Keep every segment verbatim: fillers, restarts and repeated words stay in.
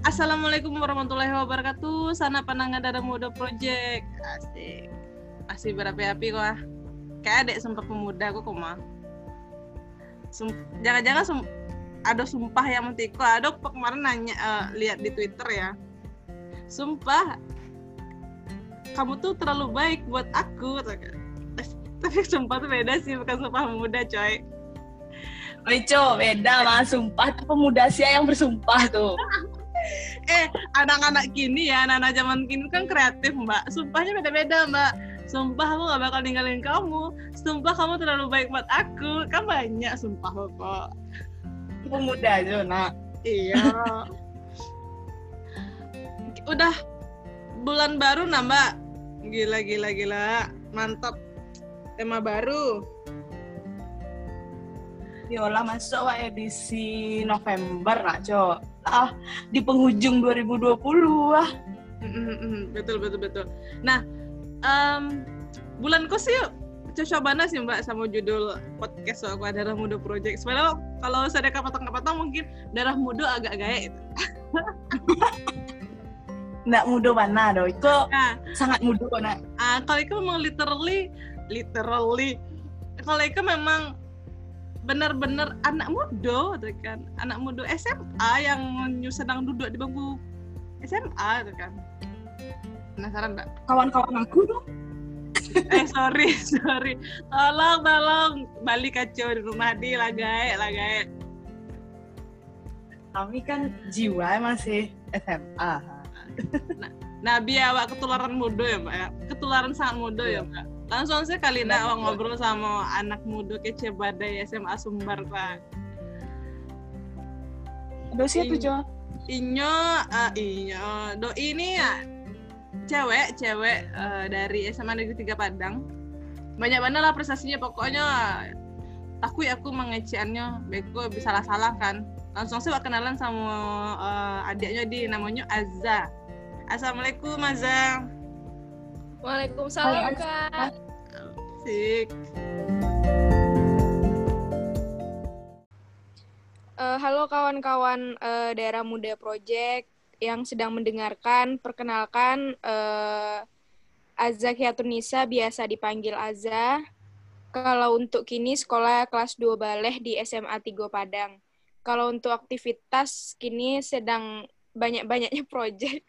Assalamualaikum warahmatullahi wabarakatuh. Sana pandangan Darah Muda Project. Asik. Asik berapi-api kok ah. Kayak adek sumpah pemuda kok mah. Sum- jangan-jangan sum- ada sumpah yang mentiko. Ada kemarin nanya uh, lihat di Twitter ya. Sumpah kamu tuh terlalu baik buat aku. Tapi sumpah tuh beda sih, bukan sumpah pemuda coy. Rico, beda mas, sumpah tuh pemuda sih yang bersumpah tuh. eh, anak-anak kini ya, anak-anak zaman kini kan kreatif mbak. Sumpahnya beda-beda mbak. Sumpah aku gak bakal ninggalin kamu. Sumpah kamu terlalu baik buat aku. Kan banyak sumpah kok. Pemuda aja nak. Iya. Udah bulan baru nah mbak. Gila, gila, gila. Mantap. Tema baru. Yolah masuk edisi November nak cok. Ah di penghujung dua ribu dua puluh ah. Betul betul betul. Nah um, bulan kos sih coba sih mbak sama judul podcast aku Darah Muda Project. Sebenarnya kalau saya kapatang-kapatang mungkin Darah Muda agak gaya itu. Nggak muda mana doh itu nah, sangat muda nak. Ah kalau itu memang literally literally kalau itu memang benar-benar anak muda kan, anak muda S M A yang sedang duduk di bangku S M A kan. Penasaran mbak? Kawan-kawan aku tuh. eh sorry sorry, tolong tolong balik kacau di rumah di lagai lagai. Kami kan jiwa masih S M A. Nah, Nabi awak ketularan muda ya mbak ya, ketularan sangat muda ya mbak. Langsung sih kali nak awak ngobrol sama anak muda kece badai S M A Sumbar pak. Aduh sih tuh cowok. Inyo, uh, inyo, do ini ya cewek, cewek uh, dari S M A Negeri tiga Padang. Banyak banget lah prestasinya pokoknya. Takui aku mengeceannya, beko bisa salah-salah kan. Langsung sih kenalan sama uh, adiknya di namanya Azza. Assalamualaikum Azza. Waalaikumsalam Kak. Sik. Uh, halo kawan-kawan uh, Darah Muda Project yang sedang mendengarkan. Perkenalkan uh, Azza Khiatunisa, biasa dipanggil Azza. Kalau untuk kini sekolah kelas dua Baleh di S M A tiga Padang. Kalau untuk aktivitas kini sedang banyak-banyaknya project.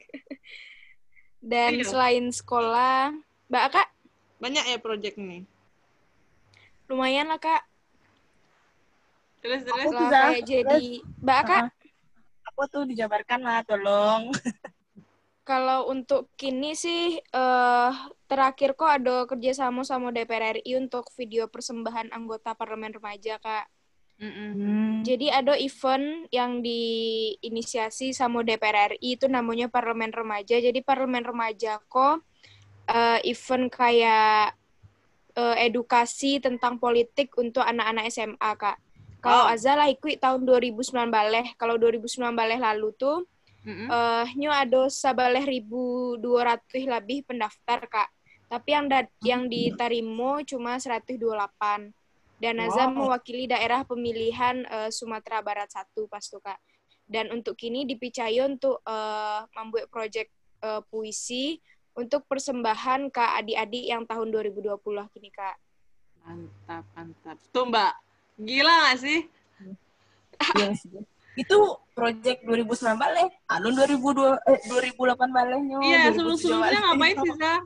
Dan Ayo. Selain sekolah, Mbak Kak? Banyak ya project ini? Lumayan lah Kak. Terus terus lah kayak jadi Mbak Kak. Aku tuh dijabarkan lah, tolong. Kalau untuk kini sih uh, terakhir kok ada kerjasama sama D P R R I untuk video persembahan anggota parlemen remaja Kak. Mm-hmm. Jadi ada event yang diinisiasi sama D P R R I itu namanya Parlemen Remaja. Jadi Parlemen Remaja kok uh, event kayak uh, edukasi tentang politik untuk anak-anak S M A Kak. Kalau Oh. Azza lah ikut tahun dua ribu sembilan Baleh. Kalau dua ribu sembilan Baleh lalu tuh mm-hmm. uh, nyo ada sabaleh ribu dua ratus lebih pendaftar Kak. Tapi yang da- yang diterima cuma seratus dua puluh delapan. Dan Azza wow. mewakili daerah pemilihan uh, Sumatera Barat satu pas tuh Kak. Dan untuk kini dipicayo untuk uh, membuat proyek uh, puisi untuk persembahan ke adik-adik yang tahun dua ribu dua puluh kini Kak. Mantap, mantap. Tuh Mbak, gila gak sih? Iya sih. Itu proyek dua ribu sembilan Baleh, anu dua ribu dua, eh, dua ribu delapan Balehnya. Iya, sebelum-sebelumnya ngapain sih, Za?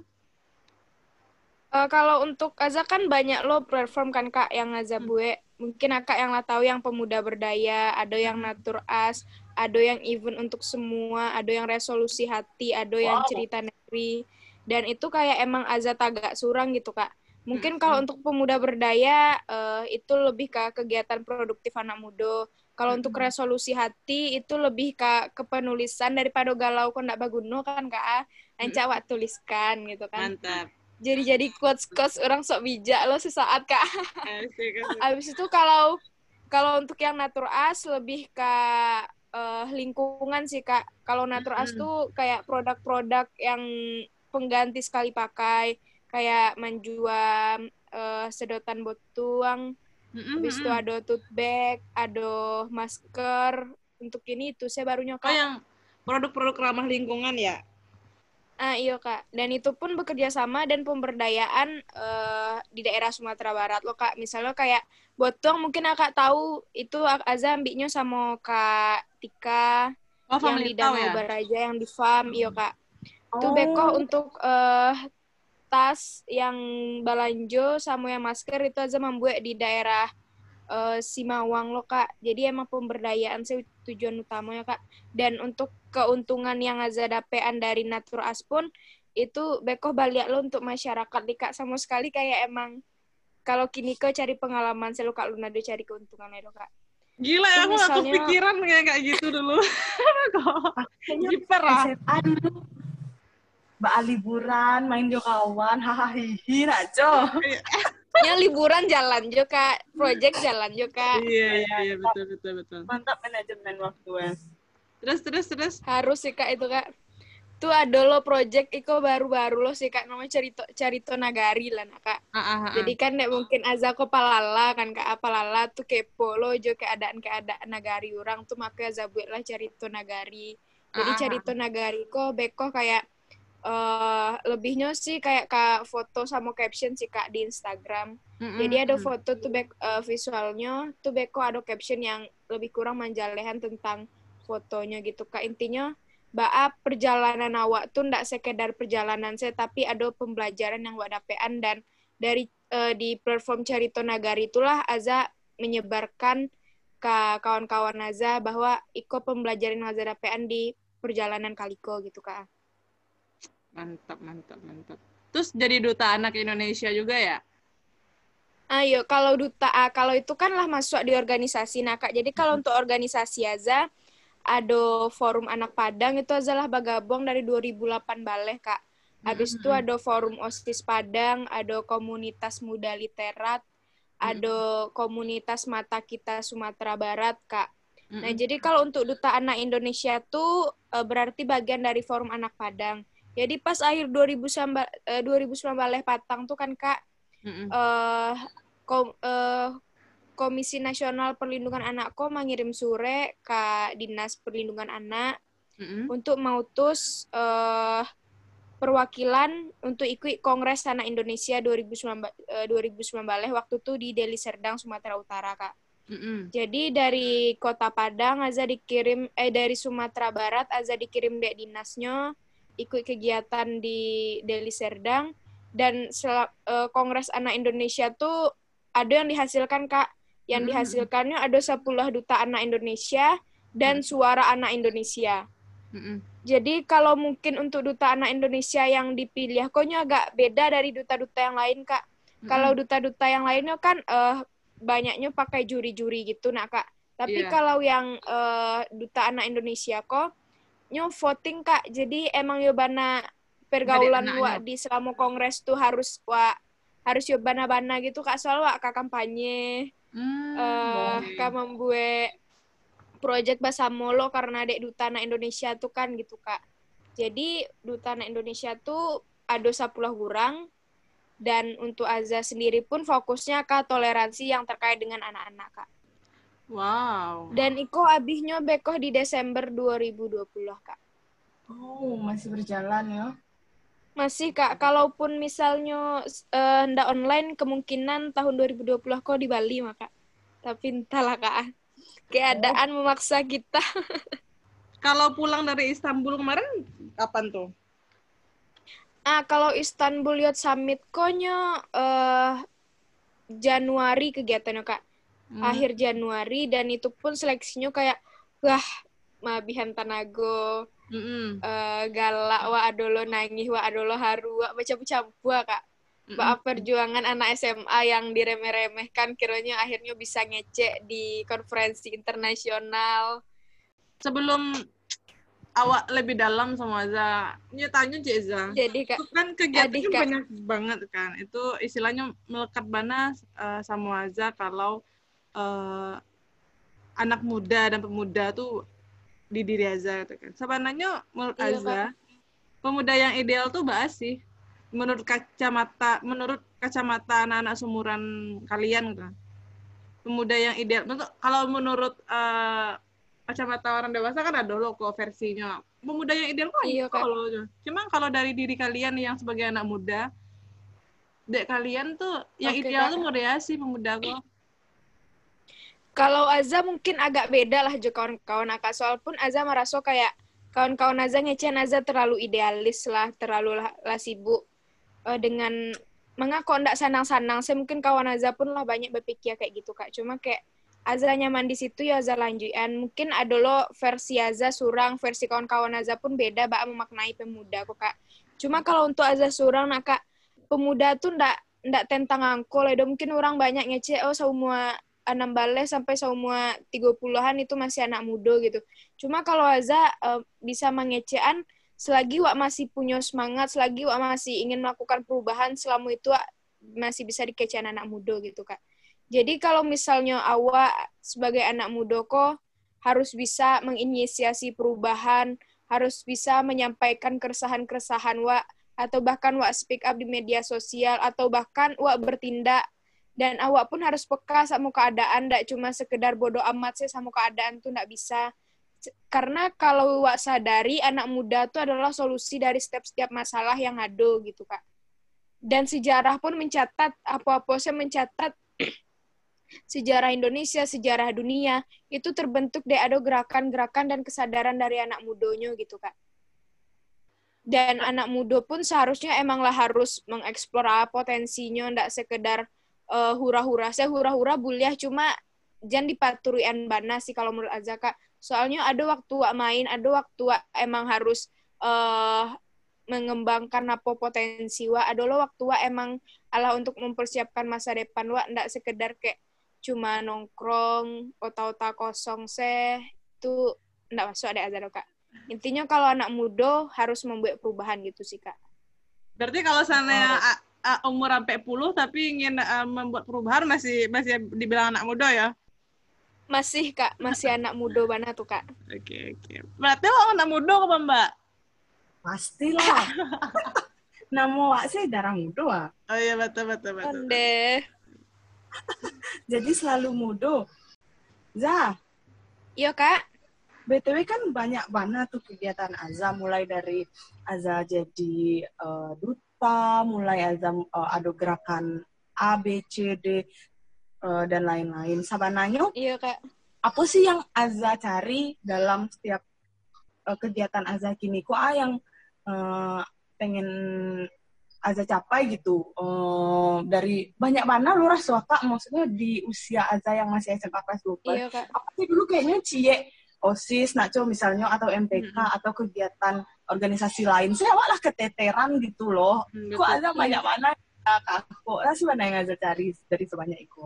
Uh, kalau untuk Azza kan banyak lo platform kan Kak yang Azza buat. Mungkin Kak yang lah tahu yang pemuda berdaya, ada yang Natur As, ada yang event untuk semua, ada yang resolusi hati, ada wow. yang cerita negeri. Dan itu kayak emang Azza tagak surang gitu Kak. Mungkin hmm. kalau untuk pemuda berdaya uh, itu lebih ke kegiatan produktif anak muda. Kalau hmm. untuk resolusi hati itu lebih ke kepenulisan daripada galau kok ndak baguno kan Kak. Ancak wak tuliskan gitu kan. Mantap. Jadi-jadi quotes-quotes orang sok bijak lo sesaat Kak. Abis itu kalau kalau untuk yang Natur As lebih ke uh, lingkungan sih Kak. Kalau Natur As mm-hmm. tuh kayak produk-produk yang pengganti sekali pakai, kayak manjuam, uh, sedotan botuang, mm-hmm. habis itu ada tote bag, ada masker. Untuk ini itu saya barunya Kak. Oh yang produk-produk ramah lingkungan ya. Ah, iya Kak. Dan itu pun bekerja sama dan pemberdayaan eh, di daerah Sumatera Barat loh Kak. Misalnya kayak Botong mungkin Kakak tahu itu Aza ambilnya sama Kak Tika Oh, yang family di tahu Danau ya. Baraja yang di farm, iya Kak. Itu Oh. bekoh untuk eh, tas yang balanjo sama yang masker itu Aza membuat di daerah eh, Simawang loh Kak. Jadi emang pemberdayaan sih tujuan utamanya Kak. Dan untuk keuntungan yang Aza dapean dari Natur As pun itu bekoh balik lo untuk masyarakat di Kak. Sama sekali kayak emang kalau kini ke cari pengalaman selalu Kak Luna do cari keuntungan itu Kak. Gila ya, Itu aku gak misalnya- kepikiran kayak kayak gitu dulu. Kayaknya Jiper ah. S M A dulu. Mbak liburan, main jo kawan, hahaha hihi, Naco. yang liburan jalan juga Kak, project jalan juga. Iya, iya, iya, betul, betul, betul. Mantap manajemen waktu. Terus, terus, terus. Harus sih Kak itu Kak. Tuh ada lo project iko baru-baru lo sih Kak namanya Carito Carito Nagari lah nah, Kak. Ah, ah, ah. Jadi kan nek mungkin Aza ko palala kan Kak apalala tuh kepo lo jo keadaan-keadaan nagari orang tuh makanya Aza buat lah Carito Nagari. Jadi Ah, ah, ah. Carito Nagari ko beko kayak eh lebihnya sih kayak Kak foto sama caption sih Kak di Instagram. Mm-mm. Jadi ada foto tuh back, eh, visualnya tuh beko ada caption yang lebih kurang menjalehan tentang fotonya gitu Kak. Intinya Baap perjalanan awak tuh ndak sekedar perjalanan saya tapi ada pembelajaran yang wak dapean dan dari eh, di platform Carito Nagari itulah Aza menyebarkan ke kawan-kawan Aza bahwa iko pembelajaran yang Aza dapean di perjalanan kaliko gitu Kak. Mantap, mantap, mantap. Terus jadi duta anak Indonesia juga ya? Ayo, kalau duta ah, kalau itu kan lah masuk di organisasi nah Kak. Jadi kalau untuk organisasi Aza ada forum anak Padang itu adalah bagabong dari dua ribu delapan baleh Kak. Habis itu ada forum OSIS Padang, ada komunitas muda literat, ada komunitas mata kita Sumatera Barat Kak. Nah, jadi kalau untuk Duta Anak Indonesia tuh eh, berarti bagian dari forum anak Padang. Jadi pas akhir dua ribu sembilan eh, dua ribu sembilan baleh Patang tuh kan Kak Mm-mm. eh kom, eh, Komisi Nasional Perlindungan Anak ko mengirim sure ke Dinas Perlindungan Anak Mm-mm. untuk mautus eh, perwakilan untuk ikut Kongres Anak Indonesia dua ribu sembilan ba- eh, dua ribu sembilan baleh waktu itu di Deli Serdang, Sumatera Utara, Kak. Mm-mm. Jadi dari Kota Padang Aza dikirim eh dari Sumatera Barat Aza dikirim dek dinasnya ikut kegiatan di Deli Serdang dan sel- eh, Kongres Anak Indonesia tuh ada yang dihasilkan Kak. Yang Mm. dihasilkannya ada sepuluh duta anak Indonesia dan suara anak Indonesia. Mm-mm. Jadi kalau mungkin untuk duta anak Indonesia yang dipilih koknya agak beda dari duta-duta yang lain Kak. Mm-mm. Kalau duta-duta yang lainnya kan eh, banyaknya pakai juri-juri gitu nah Kak. Tapi Iya. kalau yang eh, duta anak Indonesia kok nyo voting Kak. Jadi emang yo bana pergaulan Adik-anaknya. wa di selama kongres tuh harus wa harus yo bana-bana gitu Kak. Soal wa Kak kampanye Hmm, eh oke. Kak membuat project bahasa molo karena dek duta anak Indonesia tuh kan gitu Kak. Jadi duta anak Indonesia tuh ada sepuluh orang dan untuk Aza sendiri pun fokusnya ke toleransi yang terkait dengan anak-anak Kak. Wow. Dan iko abihnya bekoh di Desember dua ribu dua puluh Kak. Oh, masih berjalan ya. Masih Kak, kalaupun misalnya eh, ndak online kemungkinan tahun dua ribu dua puluh kok di Bali maka. Tapi entahlah Kak. Keadaan memaksa kita. Kalau pulang dari Istanbul kemarin, kapan tuh? Ah, kalau Istanbul Youth Summit konya eh Januari kegiatannya Kak. Hmm. Akhir Januari dan itu pun seleksinya kayak wah mabihan tanago Mm-mm. eh galak wa adolo nangis wa adolo haru wa macam-macam Kak. Maaf perjuangan anak S M A yang diremeh-remehkan kiranya akhirnya bisa ngecek di konferensi internasional. Sebelum awak lebih dalam sama Aza, nyatanya Cik Za, Jadi Kak, itu kan kegiatannya adik, Kak. banyak banget kan. Itu istilahnya melekat bana uh, sama Aza kalau uh, anak muda dan pemuda tuh di diri Aza gitu kan. Sebenarnya menurut Iya, Aza, pemuda yang ideal tuh bahas sih. Menurut kacamata, menurut kacamata anak-anak seumuran kalian kan. Pemuda yang ideal. Menurut, kalau menurut uh, kacamata orang dewasa kan ada loh kok versinya pemuda yang ideal kok Iya, Kak. loh. Cuma kalau dari diri kalian yang sebagai anak muda, dek kalian tuh yang Oke, ideal Kak. tuh model sih pemuda kok. Kalau Aza mungkin agak beda lah jo kawan-kawan Aka. Soal pun Aza merasa kayak kawan-kawan Aza ngecehan Aza terlalu idealis lah, terlalu lah, lah sibuk uh, dengan mengaku ndak sanang-sanang. Saya mungkin kawan Aza pun lah banyak berpikir kayak gitu Kak. Cuma kayak Aza nyaman di situ ya Aza lanjutan. Mungkin ada lo versi Aza surang, versi kawan-kawan Aza pun beda bak memaknai pemuda kok Kak. Cuma kalau untuk Aza surang nak Kak, pemuda tuh ndak ndak tentang angkol. Ada mungkin orang banyak ngece oh semua enam balik sampai semua tiga puluhan itu masih anak muda gitu. Cuma kalau Aza uh, bisa mengecehan selagi wak masih punya semangat, selagi wak masih ingin melakukan perubahan, selama itu wak masih bisa dikecehan anak muda gitu Kak. Jadi kalau misalnya awak sebagai anak muda kok harus bisa menginisiasi perubahan, harus bisa menyampaikan keresahan-keresahan wak, atau bahkan wak speak up di media sosial, atau bahkan wak bertindak. Dan awak pun harus peka sama keadaan, tidak cuma sekedar bodoh amat sih sama keadaan tuh tidak bisa. Karena kalau wak sadari, anak muda itu adalah solusi dari setiap-setiap masalah yang ada gitu Kak. Dan sejarah pun mencatat, apa-apa saya mencatat, sejarah Indonesia, sejarah dunia, itu terbentuk dari ada gerakan-gerakan dan kesadaran dari anak mudanya gitu Kak. Dan anak muda pun seharusnya emanglah harus mengeksplor potensinya, tidak sekedar Uh, hura-hura, saya hura-hura boleh cuma jangan dipaturian bana sih kalau menurut Aza Kak. Soalnya ada waktu wak main, ada waktu wak emang harus uh, mengembangkan apa potensi wak, ada lo waktu wak emang ala untuk mempersiapkan masa depan wak, ndak sekedar kayak cuma nongkrong, otak-otak kosong seh, itu ndak masuk ada Aza Kak. Intinya kalau anak muda harus membuat perubahan gitu sih Kak. Berarti kalau sana oh. Uh, umur sampai puluh tapi ingin uh, membuat perubahan masih masih dibilang anak muda ya? Masih Kak, masih anak muda banget tuh Kak. Oke okay, oke. Okay. Berarti lo anak muda kok Mbak? Pastilah. Nama wak sih darah muda wak. Oh iya betul betul betul. Onde. Jadi selalu muda. Zah. Iya Kak. B T W kan banyak banget tuh kegiatan Aza, mulai dari Aza jadi uh, duta, mulai Aza uh, ada gerakan A, B, C, D, uh, dan lain-lain. Sabananya, iya Kak. Apa sih yang Aza cari dalam setiap uh, kegiatan Aza kini? Kok ah yang uh, pengen Aza capai gitu? Uh, dari banyak mana lu rasa Kak, maksudnya di usia Aza yang masih S M A kelas dua belas. Iya Kak. Apa sih dulu kayaknya cie OSIS, Naco misalnya, atau M P K, hmm. atau kegiatan organisasi lain. Saya awak lah keteteran gitu loh. Hmm, kok ada banyak mana Kak? Kok lah sih mana yang Aza cari dari sebanyak itu?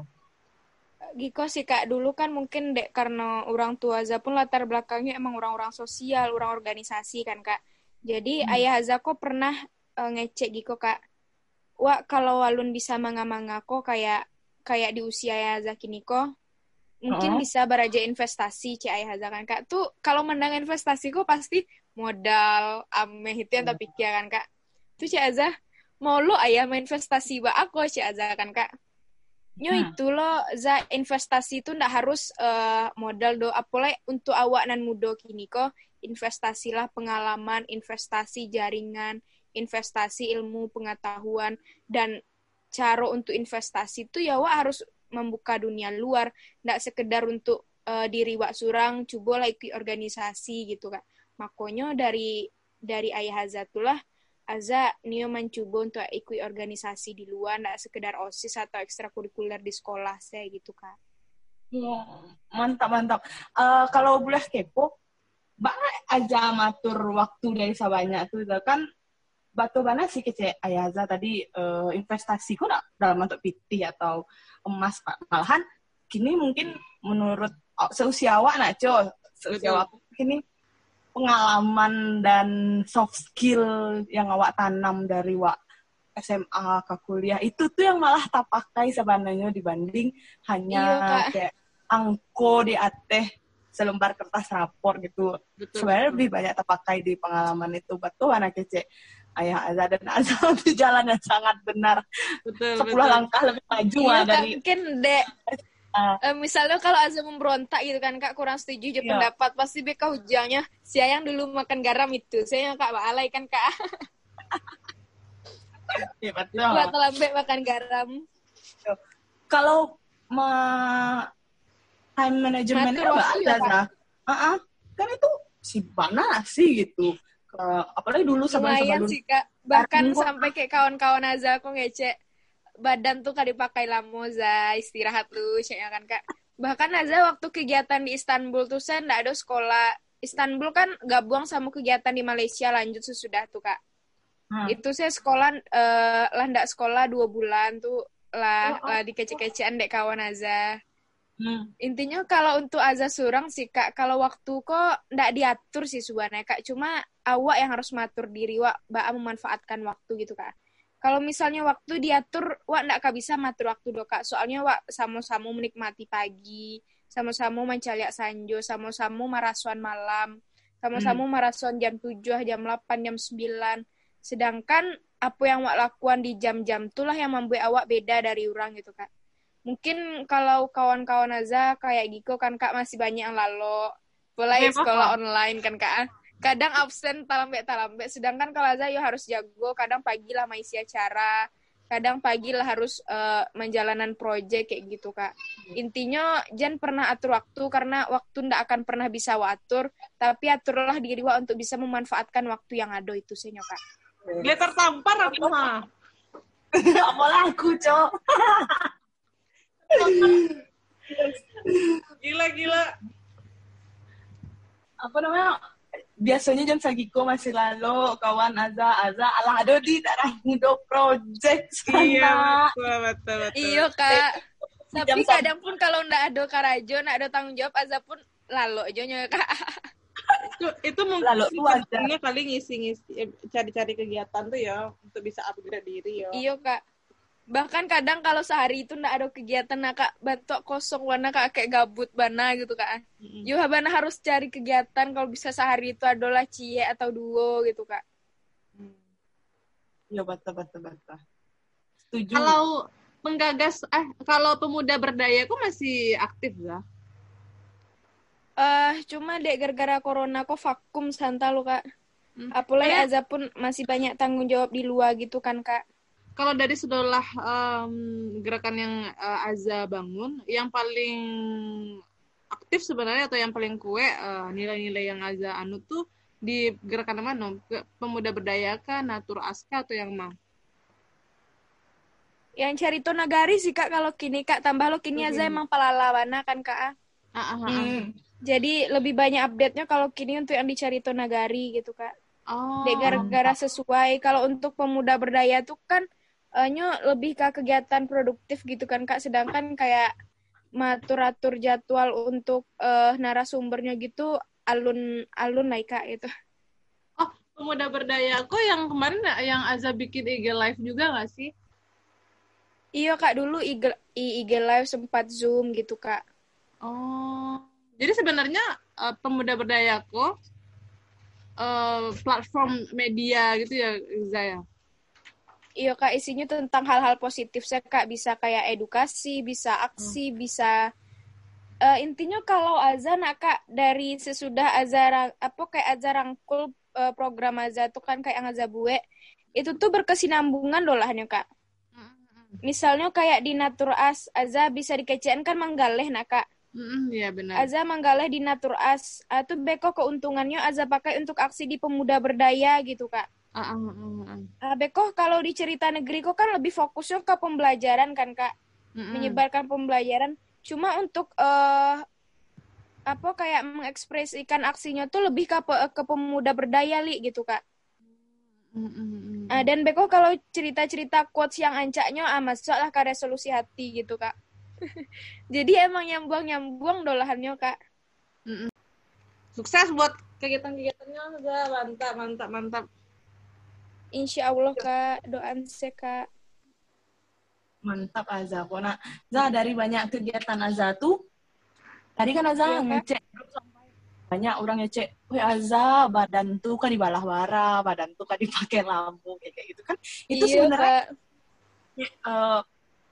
Giko sih Kak, dulu kan mungkin dek karena orang tua Aza pun latar belakangnya emang orang-orang sosial, orang organisasi kan Kak. Jadi hmm. ayah Aza kok pernah uh, ngecek Giko Kak. Wah kalau walun bisa manga-manga kok kayak kayak di usia Aza kini kok, mungkin uh-huh. bisa beraja investasi Cik Ayah Haza kan Kak. Tuh kalau mendang investasi kok pasti modal ameh itu yang tak pikir kan Kak. Tuh Cik Azah mau lo ayah main investasi ba aku Cik Azah kan Kak. Nyo hmm. itu lo za investasi itu ndak harus uh, modal do apalagi untuk awak nan muda kini kok investasilah pengalaman, investasi jaringan, investasi ilmu pengetahuan, dan cara untuk investasi itu ya wak harus membuka dunia luar, nggak sekedar untuk uh, diri wak surang, coba lah ikut organisasi gitu Kak. Makanya dari dari ayah Aza itulah Aza Nio mencoba untuk ikut organisasi di luar, nggak sekedar OSIS atau ekstrakurikuler di sekolah saya gitu Kak. Ya, mantap mantap. Uh, kalau boleh kepo, banyak aja matur waktu dari sebanyak tuh kan. Batu mana sih kece ayah Aza tadi uh, investasi kok dalam bentuk P T atau emas malahan kini mungkin menurut oh, seusia awak nak co seusia awak kini pengalaman dan soft skill yang awak tanam dari wak S M A ke kuliah itu tuh yang malah tak pakai sebenarnya dibanding hanya iya, kayak angko di ateh selembar kertas rapor gitu. Betul, sebenarnya betul. Lebih banyak terpakai di pengalaman itu. Betul anak kece ayah Aza dan Aza di jalan yang sangat benar. Betul, sepuluh betul. Langkah lebih maju iya, dari mungkin dek Ah, Eh, misalnya kalau Azza memberontak gitu kan kak kurang setuju aja iya. pendapat pasti beka hujahnya siapa yang dulu makan garam itu saya yang kak alay kan kak Iya, betul. buat terlambat makan garam Kalau ma time managementnya Ngatur nggak waktu ada, ya, Kak? Zah. Ah, kan itu si mana sih gitu. Ke- apalagi dulu lumayan sebelum-sebelum sih kak bahkan Minggu, sampai kayak kawan-kawan Azza aku ngecek badan tuh kak dipakai lamo za istirahat lu ya kan kak bahkan Azza waktu kegiatan di Istanbul tuh saya nggak ada sekolah Istanbul kan gabung sama kegiatan di Malaysia lanjut sesudah tuh kak Hmm. itu saya sekolah eh, lah ndak sekolah dua bulan tuh lah, Oh, oh. lah dikece-kecean dek kawan Azza Hmm. intinya kalau untuk Azza surang sih kak kalau waktu kok ndak diatur sih sebenarnya kak cuma awak yang harus matur diri wak bak memanfaatkan waktu gitu kak kalau misalnya waktu diatur wak ndak kak bisa matur waktu do kak soalnya wak sama-sama menikmati pagi sama-sama mencaliak sanjo sama-sama marason malam sama-sama Hmm. marason jam tujuh jam delapan jam sembilan sedangkan apa yang wak lakukan di jam-jam itulah yang membuat awak beda dari orang gitu kak mungkin kalau kawan-kawan Azza kayak Giko kan kak masih banyak yang lalo mulai Oke, sekolah apa? online kan kak kadang absen talambe-talambe sedangkan kalau Azza yo harus jago kadang pagi lah maisi acara kadang pagi lah harus uh, menjalanan project kayak gitu kak intinya jangan pernah atur waktu karena waktu ndak akan pernah bisa watur tapi aturlah diri wa untuk bisa memanfaatkan waktu yang ada itu sih kak Dia tertampar aku mah. Apalah aku, Cok. Gila gila. Apa namanya? Biasanya jam sagiko masih lalu kawan Azza Azza alah ada di daerah Mudo Project sana. Iya betul betul betul. iyo kak tapi Jam kadang pun kalau ndak ada karajo ndak ada tanggung jawab Azza pun lalu aja nyonya kak Itu itu mungkin Lalu tuh wajar. sebenarnya kali ngisi-ngisi eh, cari-cari kegiatan tuh ya untuk bisa upgrade diri ya. iyo kak bahkan kadang kalau sehari itu ndak ada kegiatan nah kak bantu kosong warna kak kayak gabut bana gitu kak Mm-mm. yo bana harus cari kegiatan kalau bisa sehari itu adalah cie atau duo gitu kak Iya, betul betul betul. Setuju. Kalau penggagas eh kalau pemuda berdaya aku masih aktif ya. eh cuma dek gara-gara corona kok vakum santa lo kak Hmm. apalagi Kayak- Azza pun masih banyak tanggung jawab di luar gitu kan kak Kalau dari sedolah em, gerakan yang eh, Azza bangun, yang paling aktif sebenarnya atau yang paling kue eh, nilai-nilai yang Azza anut tuh di gerakan mana? Ke- Pemuda berdaya kah, Natur Aska atau yang mang? yang Carito Nagari sih kak kalau kini kak tambah lo kini Azza emang palalawana kan kak Ah, ah, ah, ah. Hmm. jadi lebih banyak update-nya kalau kini untuk yang di Carito Nagari gitu kak Oh, dek gara-gara sesuai kalau untuk pemuda berdaya tuh kan eh, nyo lebih ke kegiatan produktif gitu kan kak sedangkan kayak matur-atur jadwal untuk eh, narasumbernya gitu alun alun lah kak itu oh, pemuda berdaya aku yang kemarin yang Azza bikin I G live juga nggak sih? iya kak dulu I G, I G live sempat zoom gitu kak Oh, jadi sebenarnya eh, pemuda berdaya aku eh, platform media gitu ya, Zaya. iya kak isinya tentang hal-hal positif saya kak bisa kayak edukasi bisa aksi hmm. bisa uh, intinya kalau Azza nak kak dari sesudah Azza rang, apa kayak Azza rangkul uh, program Azza tuh kan kayak yang Azza buat itu tuh berkesinambungan dolahnya kak misalnya kayak di Natur As Azza bisa dikecean kan manggaleh nak kak Iya mm, benar. Azza manggaleh di Natur As itu beko keuntungannya Azza pakai untuk aksi di pemuda berdaya gitu kak Uh, uh, uh, uh. Uh, Bekoh kalau di cerita negeri kok kan lebih fokusnya ke pembelajaran kan kak, mm-mm. menyebarkan pembelajaran. Cuma untuk uh, apa kayak mengekspresikan aksinya tuh lebih ke ke pemuda berdaya li gitu kak. Mm-mm. Uh, dan Bekoh kalau cerita-cerita quotes yang ancaknya ah masuk lah ke resolusi hati gitu kak. Jadi emang nyambung-nyambung dolahannya kak. Mm-mm. Sukses buat kegiatan-kegiatannya, mantap mantap mantap. Insya Allah kak, doaan saya kak. Mantap Azza. Pona, Azza dari banyak kegiatan Azza tuh, tadi kan Azza ya, ngecek banyak orang ngecek, wih Azza badan tuh kan dibalah bara, badan tuh kan dipakai lampu kayak gitu kan. Itu iya, sebenarnya uh,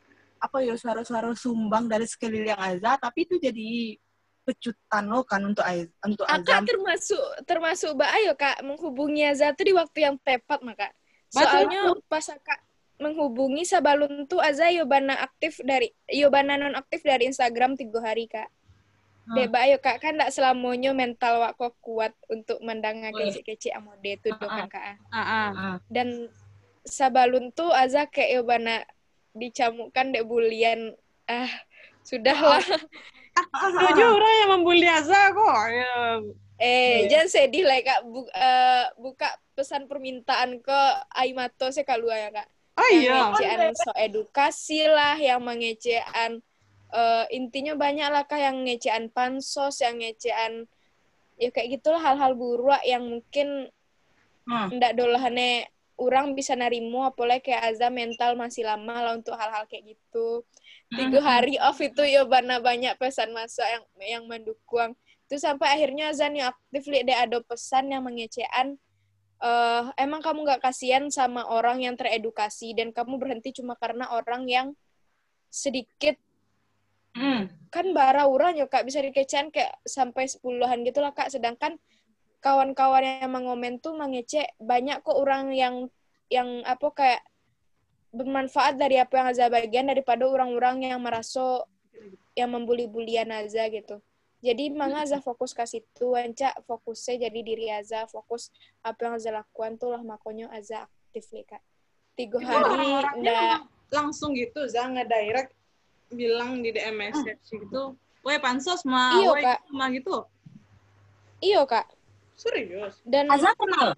apa ya suara-suara sumbang dari sekeliling Aza, tapi itu jadi pecutan lo kan untuk Aiz, untuk Akak Azam. termasuk termasuk Mbak Ayo Kak menghubungi Aza tuh di waktu yang tepat maka. Betul. Soalnya pas Kak menghubungi Sabalun tuh Aza Yobana aktif dari Yobana non aktif dari Instagram tiga hari Kak. Hmm. Dek Mbak Ayo Kak kan tak selamanya mental wak kok kuat untuk mendengar Weh. kece-kece amode tuh do kan Kak. Ah, ah. Ah. Dan Sabalun tuh Aza kayak Yobana dicamukan dek bulian. Ah, sudahlah. Tujuh orang yang membuli Aza kok. Ya. Eh, Iya. jangan sedih lah Kak. Bu- eh, buka pesan permintaan ke Aimato sih Kak Lua ya Kak. Oh Yang iya. ngecean so edukasi lah, yang mengecean eh, intinya banyak lah Kak yang ngecean pansos, yang ngecean ya kayak gitulah hal-hal buruk yang mungkin Hmm. ndak dolahane orang bisa narimo apalagi kayak Azza mental masih lama lah untuk hal-hal kayak gitu. Tiga hari off itu ya bana banyak pesan masuk yang yang mendukung. Itu sampai akhirnya Azan yang aktif lihat dia ada pesan yang mengecean eh emang kamu nggak kasihan sama orang yang teredukasi dan kamu berhenti cuma karena orang yang sedikit Hmm. kan bara orang ya Kak bisa dikecean kayak sampai sepuluhan gitu lah Kak, sedangkan kawan-kawan yang mengomen tuh mengecek banyak kok orang yang yang apa kayak bermanfaat dari apa yang Azza bagian daripada orang-orang yang merasa yang membuli-bulian Azza gitu. Jadi manga Azza fokus ke situ, Anca fokusnya jadi diri Azza, fokus apa yang Azza lakukan tuh lah makanya Azza aktif nih Kak. Tiga Itu hari orang-orangnya ndak memang langsung gitu, Za nge-direct bilang di D M message gitu. Woi pansos mah, Iyo, woi Kak. gitu mah gitu. iyo Kak. Serius. Dan Aza kenal?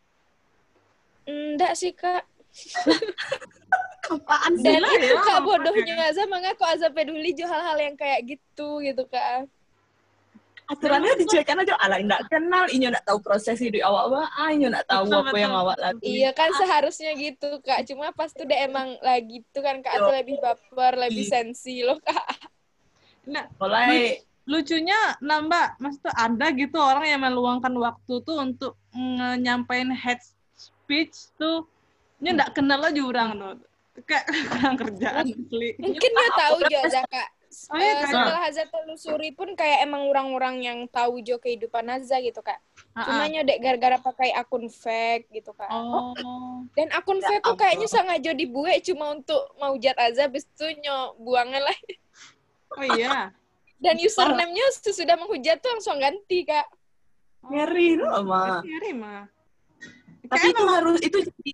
enggak sih Kak. Apaan sih? Dan Gila itu ya, Kak makanya. bodohnya Azza manga kok Azza peduli jo hal-hal yang kayak gitu gitu Kak. Aturannya dicuekan aja, ala nggak kenal, inyo nggak tahu proses hidup awak apa, ah, inyo nggak tahu Betul, apa betul, yang awak betul. lakuin. Iya kan seharusnya gitu Kak. Cuma pas tuh dia emang lagi tuh kan Kak Yo. Azza lebih baper, lebih Iya. sensi loh Kak. Nah, Mulai lucunya nambah, maksudnya ada gitu orang yang meluangkan waktu tuh untuk nyampain hate speech tuh, nya nggak kenal aja orang tuh. Kayak kurang kerjaan asli. Mungkin dia tahu jo Azza Kak. Oh iya, Eh, Kak. setelah Azza telusuri pun kayak emang orang-orang yang tahu jo kehidupan Azza gitu Kak. Ah, Cuma ah. nyodek gara-gara pakai akun fake gitu Kak. Oh. Dan akun Ya fake tuh kayaknya ampun. sengaja dibuat cuma untuk maujat Azza, habis itu nyo buangan lah. Oh iya. Dan username-nya sesudah menghujat tuh langsung ganti Kak. ngeri loh, Ma. Ngeri mah. Tapi Kayak itu emang harus, itu jadi,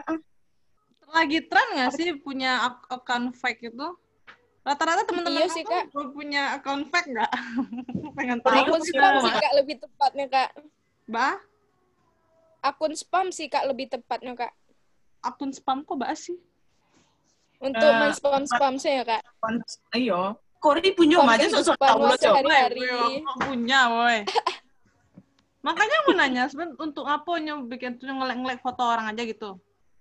lagi tren nggak sih punya ak- account fake itu? Rata-rata teman-teman Iya sih, kamu Kak. punya account fake nggak? Pengen tahu. Akun sih, spam Kak. sih Kak lebih tepatnya Kak. Bah, Akun spam sih Kak lebih tepatnya Kak. akun spam kok bahas sih? Untuk Eh, men-spam-spam saya Kak. ayo. Kori punya Konten aja sok-sok kehidupan tahu lo, lo Cok. sehari-hari. Woi, woi, aku punya, woi. Makanya aku nanya, sebenarnya untuk apa nyo bikin tuh ngelek-ngelek foto orang aja gitu?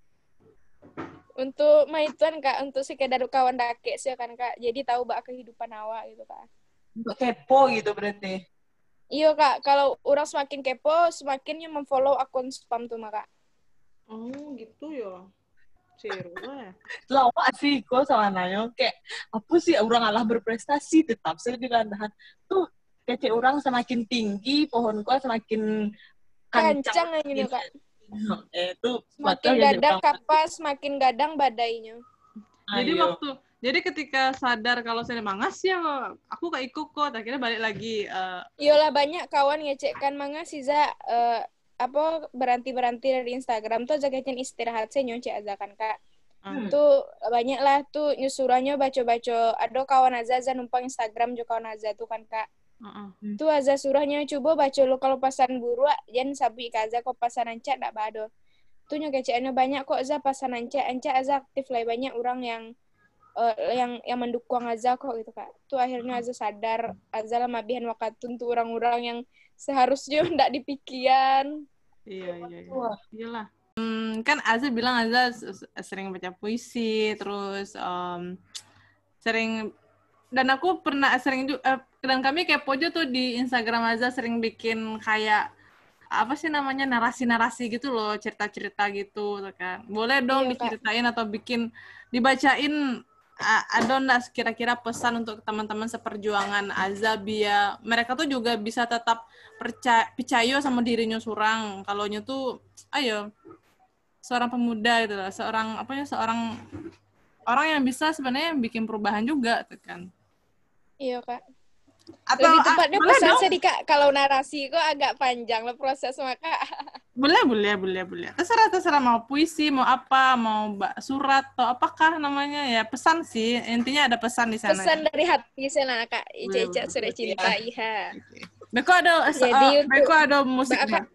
Untuk maituan Kak, untuk sekedar kawan dake sih kan Kak. Jadi tahu bak kehidupan awak gitu Kak. Untuk kepo gitu berarti. Iya Kak, kalau orang semakin kepo, semakin yang memfollow akun spam tuh Kak. Oh, gitu ya. Seru ya. Lawak sih kok sama Nayo. Kayak, apa sih orang Allah berprestasi tetap saya di landahan. Tuh, kece orang semakin tinggi, pohon kok semakin Kancang aja nih Kak. Eh, itu Semakin gadang kapas, semakin gadang badainya. Jadi Ayo. waktu, jadi ketika sadar kalau saya mangas ya, aku kayak ikut kok. Akhirnya balik lagi. eh, Iyalah banyak kawan ngecekkan manga Siza eh, apa beranti-beranti dari Instagram tuh jagain istirahat saya nyonce aja kan Kak. Hmm. Tuh banyak lah tuh nyusurannya baca-baca. Ada kawan Azza Azza numpang Instagram juga kawan Azza tuh kan Kak. uh-uh. Tuh Azza surahnya coba baca lo kalau pasan buru jangan sabi ke Azza kok pasan anca ndak bado. Tuh nyokeceannya banyak kok Azza pasan anca anca Azza aktif lah banyak orang yang eh, yang yang mendukung Azza kok gitu Kak. Tuh akhirnya Azza sadar Azza lah mabihan wakatun tuh orang-orang yang seharusnya ndak dipikiran. Iya, iya, iya. Wah. Iyalah. Hmm, kan Azza bilang Azza s- sering baca puisi, terus em, sering, dan aku pernah sering juga, dan kami kayak Pojo tuh di Instagram Azza sering bikin kayak, apa sih namanya, narasi-narasi gitu loh, cerita-cerita gitu, tuh kan. Boleh dong Iya, Kak. diceritain atau bikin, dibacain ada nggak kira-kira pesan untuk teman-teman seperjuangan Azza biar mereka tuh juga bisa tetap percaya, percaya sama dirinya surang. Kalau nya tuh, ayo, seorang pemuda gitu lah, seorang apa ya, seorang orang yang bisa sebenarnya bikin perubahan juga, tuh kan? Iya kak. Atau lebih tepatnya ah, pesan saya di kak, kalau narasi kok agak panjang lah proses maka. Boleh, boleh, boleh, boleh. Terserah, terserah mau puisi, mau apa, mau surat atau apakah namanya ya, pesan sih. Intinya ada pesan di sana. Pesan ya. dari hati sana kak, Ica sudah cinta, iya. Beko ada, Jadi uh, untuk Beko ada musiknya.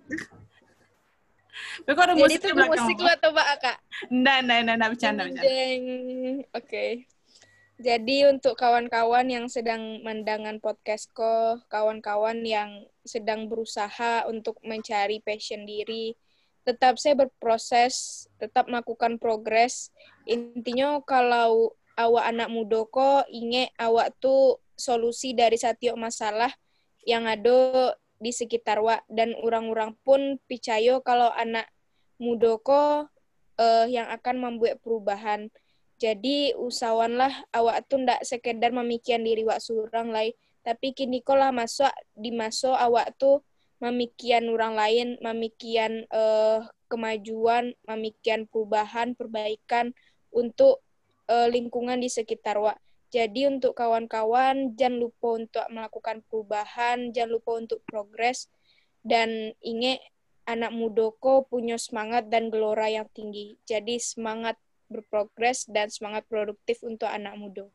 Beko ada Jadi musik itu di belakang. musik lu atau mbak kak? Nggak, nggak, nggak, nggak, bercanda, bercanda. Oke. Okay. Jadi untuk kawan-kawan yang sedang mendengar podcastku, kawan-kawan yang sedang berusaha untuk mencari passion diri, tetap saya berproses, tetap melakukan progres. Intinya kalau awak anak muda kok ingat awak tuh solusi dari setiap masalah yang ada di sekitar wak, dan orang-orang pun percaya kalau anak muda kok uh, yang akan membuat perubahan. Jadi usahawanlah awak tuh ndak sekedar memikirkan diri wak surang lai, tapi kini kolah masuk di masuk awak tuh memikirkan orang lain, memikirkan uh, kemajuan, memikirkan perubahan, perbaikan untuk uh, lingkungan di sekitar wak. Jadi untuk kawan-kawan jangan lupa untuk melakukan perubahan, jangan lupa untuk progres, dan ingat anak muda ko punya semangat dan gelora yang tinggi. Jadi semangat berprogres dan semangat produktif untuk anak muda.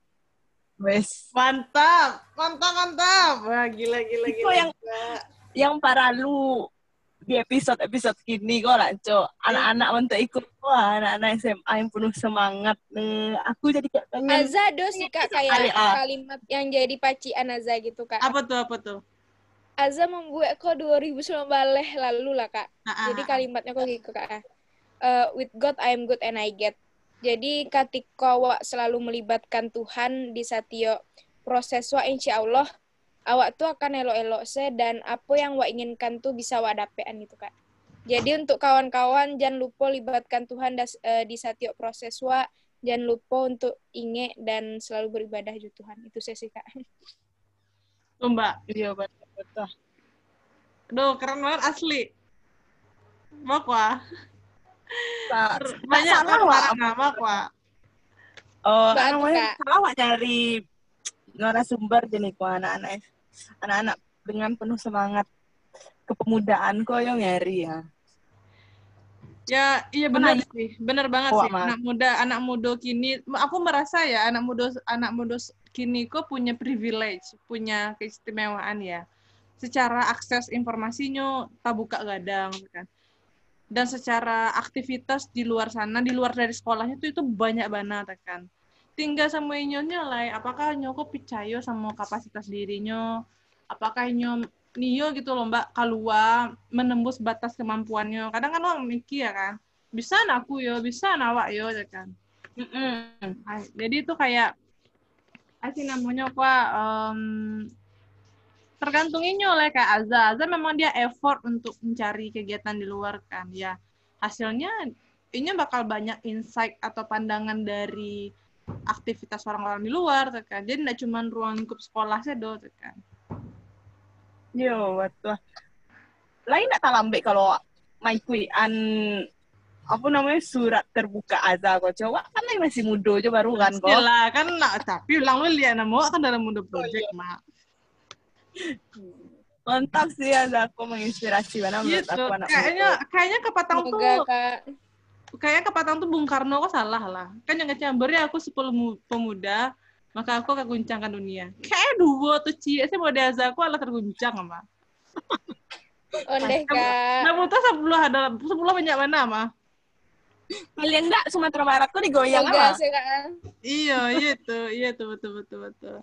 Wes. Mantap, mantap, mantap. Wah, gila, gila, Itu gila. yang yang para lu di episode-episode kini kok lah, Cok. Anak-anak untuk ikut, wah, anak-anak S M A yang penuh semangat. Nih, aku jadi kayak pengen. Azza do sih Kak, kayak kalimat yang jadi pacian Azza gitu, Kak. Apa tuh, apa tuh? Azza membuat kok dua ribu sembilan belas lalu lah, Kak. Ah, jadi kalimatnya kok gitu, Kak. Uh, with God I am good and I get. Jadi ketika awak selalu melibatkan Tuhan di setiap proses wak, insya Allah awak tuh akan elok-elok se, dan apa yang wak inginkan tuh bisa wak dapean gitu Kak. Jadi untuk kawan-kawan jangan lupa libatkan Tuhan das, uh, di setiap proses wak, jangan lupa untuk ingat dan selalu beribadah di Tuhan. Itu saya sih Kak. Tuh Mbak. Iya betul-betul. Duh, keren banget asli. Mak wah. Nah, banyak orang nama wah. Oh, namanya salah wak nyari narasumber jenis ku anak-anak anak-anak dengan penuh semangat kepemudaan kok yang nyari ya. Ya, iya benar sih. Benar banget sih. Anak muda, anak muda kini aku merasa ya anak muda anak muda kini kok punya privilege, punya keistimewaan ya. Secara akses informasinya tak buka gadang kan. Dan secara aktivitas di luar sana, di luar dari sekolahnya itu itu banyak banget kan. Tinggal sama inyonya lah, apakah nyoko percaya sama kapasitas dirinya, apakah inyo niyo gitu loh Mbak, keluar menembus batas kemampuannya. Kadang kan orang mikir ya kan, bisa aku yo, bisa nawak yo ya kan. Mm-mm. Jadi itu kayak apa sih namanya kok um, tergantunginnya oleh Kak Azza. Azza memang dia effort untuk mencari kegiatan di luar kan. Ya, hasilnya ini bakal banyak insight atau pandangan dari aktivitas orang-orang di luar kan. Jadi tidak cuma ruang lingkup sekolah saja kan. Yo, betul. Lain tak lambe kalau main kuian apa namanya surat terbuka Azza kok coba kan masih muda aja baru kan kok. Iyalah kan nah, tapi ulang lu lihat nama kan dalam muda project oh, iya. Mak. Mantap sih ya, aku menginspirasi banget menurut gitu. aku anak kayaknya muda. Kayaknya kepatang tuh Kak. Kayaknya kepatang tuh Bung Karno kok salah lah. Kan yang ngecambernya aku sepuluh pemuda, maka aku keguncangkan dunia. Kayak dua tuh cie sih mau Azza aku alah terguncang sama. Ondeh Kak. Nah, mutas sepuluh ada sepuluh banyak mana mah? Kalian enggak Sumatera Barat tuh digoyang apa? Iya, iya tuh, iya tuh betul betul betul.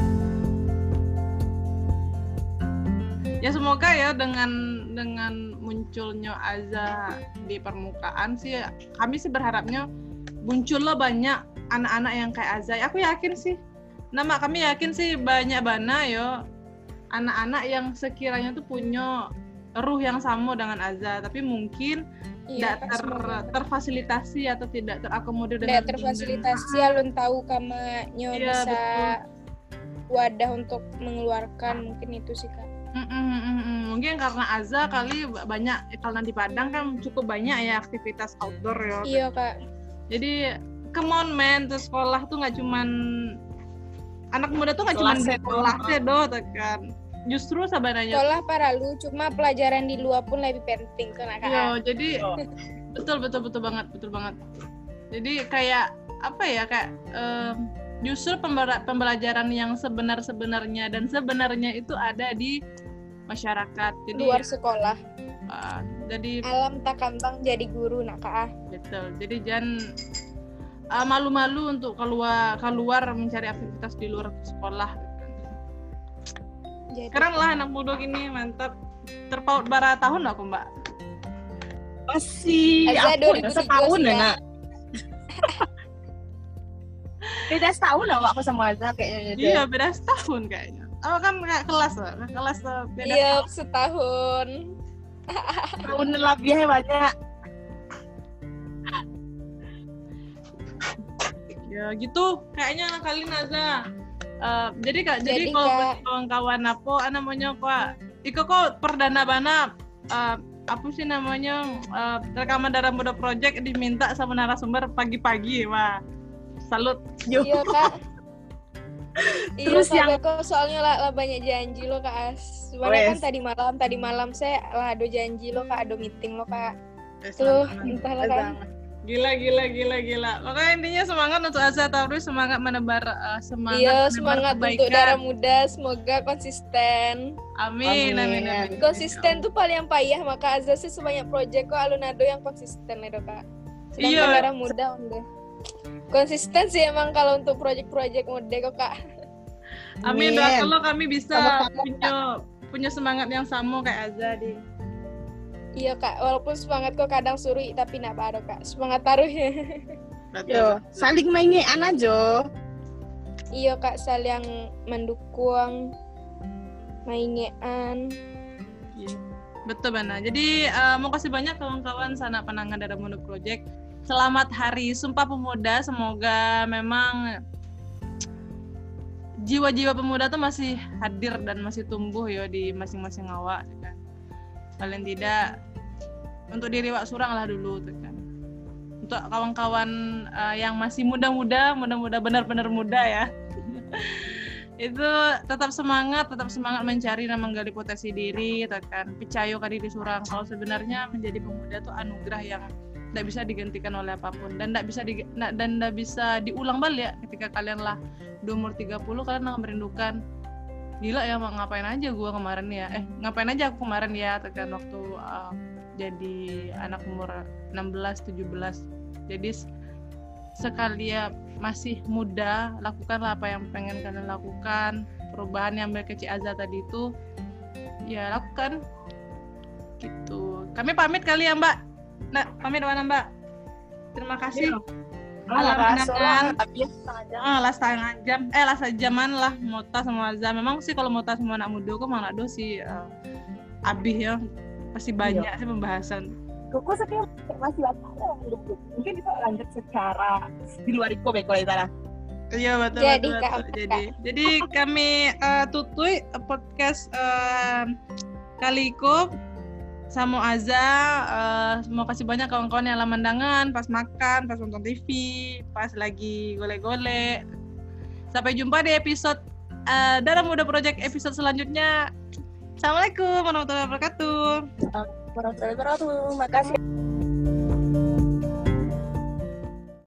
Ya semoga ya dengan dengan munculnya Azza di permukaan sih kami sih berharapnya muncullah banyak anak-anak yang kayak Azza. Aku yakin sih. Nama kami yakin sih banyak bana yo anak-anak yang sekiranya tuh punya ruh yang sama dengan Azza, tapi mungkin Iya, tidak Kak, ter, semoga. terfasilitasi atau tidak terakomodir Tidak dengan terfasilitasi, dengan- alun tahu kamanya Iya, bisa betul. wadah untuk mengeluarkan, mungkin itu sih Kak. Mm, mm, mm, mm, mm. Mungkin karena Azza kali banyak, karena di Padang kan cukup banyak ya aktivitas outdoor ya. Iya Kak. Jadi come on man, tuh sekolah tuh nggak cuman anak muda tuh nggak cuman di Kelasnya sekolah doang. aja doh tekan. Justru sebenarnya Sekolah para lu, cuma pelajaran di luar pun lebih penting kan Kak. iya, jadi Oh. betul betul betul banget, betul banget. Jadi kayak apa ya, kayak em, justru pembela- pembelajaran yang sebenar-sebenarnya dan sebenarnya itu ada di masyarakat. Jadi Luar sekolah. uh, jadi Alam tak kantang jadi guru nak Kak. betul. Jadi jangan uh, malu-malu untuk keluar keluar mencari aktivitas di luar sekolah. Jadi, Keren lah anak muda gini, mantap. Terpaut bara tahun aku mbak. Masih Azza aku dua ribu udah tujuh setahun belas ya ya. nak. Beda setahun lah aku sama Azza kayaknya. deh. Iya beda setahun kayaknya. Oh kan nggak kelas lah, kelas uh, beda. Iya, setahun. Tahun lebih banyak. Ya gitu, kayaknya kali Naza. Uh, jadi kak, jadi, Jadi, kalau Kak. kawan-kawan apa namanya kak, Iko kok perdana bana uh, apa sih namanya uh, rekaman Darah Muda Project diminta sama narasumber pagi-pagi, wah salut. Yo. Iya Kak. Terus iya, yang- Kak, kok soalnya lah, lah banyak janji lo Kak As. Sebenarnya kan Wes. tadi malam, tadi malam saya lah ada janji lo Kak, ada meeting lo Kak. Eh, Tuh, selamat. entahlah kan. Gila, gila, gila, gila. Pokoknya intinya semangat untuk Azza terus, semangat menebar uh, semangat Iya, menebar semangat untuk kebaikan. Darah Muda, semoga konsisten. Amin, amin, Amin. amin. Konsisten tuh paling yang payah, maka Azza sih sebanyak project kok alunado yang konsisten ya Kak. Sedangkan Iya. Darah Muda udah. Konsisten sih emang kalau untuk project-project mode kok Kak. Amin, Amin. doa kalau kami bisa Sama-sama, punya punya semangat yang sama kayak Azza di. Iya Kak, walaupun semangat kok kadang suri tapi nak baru Kak. Semangat taruh ya. Yo, saling mengean aja. Iya Kak, saling mendukung, mainan. Iya. Betul Bana. Jadi uh, mau kasih banyak kawan-kawan Sanak Panangan Darah Muda Project. Selamat Hari Sumpah Pemuda. Semoga memang jiwa-jiwa pemuda tuh masih hadir dan masih tumbuh ya di masing-masing awak. Kan? Paling tidak untuk diri Wak Surang lah dulu. Kan? Untuk kawan-kawan uh, yang masih muda-muda, muda-muda benar-benar muda ya. Itu tetap semangat, tetap semangat mencari dan menggali potensi diri, kan percaya ke diri surang. Kalau sebenarnya menjadi pemuda itu anugerah yang tidak bisa digantikan oleh apapun dan tidak bisa di, dan tidak bisa diulang balik ya. Ketika kalian lah di umur tiga puluh kalian akan merindukan gila ya ngapain aja gua kemarin ya eh ngapain aja aku kemarin ya tekan waktu uh, jadi anak umur enam belas tujuh belas. Jadi sekali ya masih muda, lakukanlah apa yang pengen kalian lakukan. Perubahan yang berkecil Azza tadi itu ya lakukan gitu. Kami pamit kali ya Mbak. Nah, pamit mana Mbak. Terima kasih. Alam Panangan. Ah, lah setengah jam. Eh, lah sejaman lah Mota sama Azza. Memang sih kalau Mota sama anak muda kok malah do sih uh, abih ya. Pasti banyak Iya. sih pembahasan. Koko saya masih banyak mungkin bisa lanjut secara di luar Iko beko lah sana. Iya betul Jadi, betul, Kak, betul. Jadi jadi kami uh, tutui podcast uh, kali itu sama Azza uh, mau kasih banyak kawan-kawan yang lamandangan pas makan, pas nonton T V, pas lagi golek-golek. Sampai jumpa di episode uh, Darah Muda Project episode selanjutnya. Assalamualaikum warahmatullahi wabarakatuh. Warahmatullahi wabarakatuh. Makasih.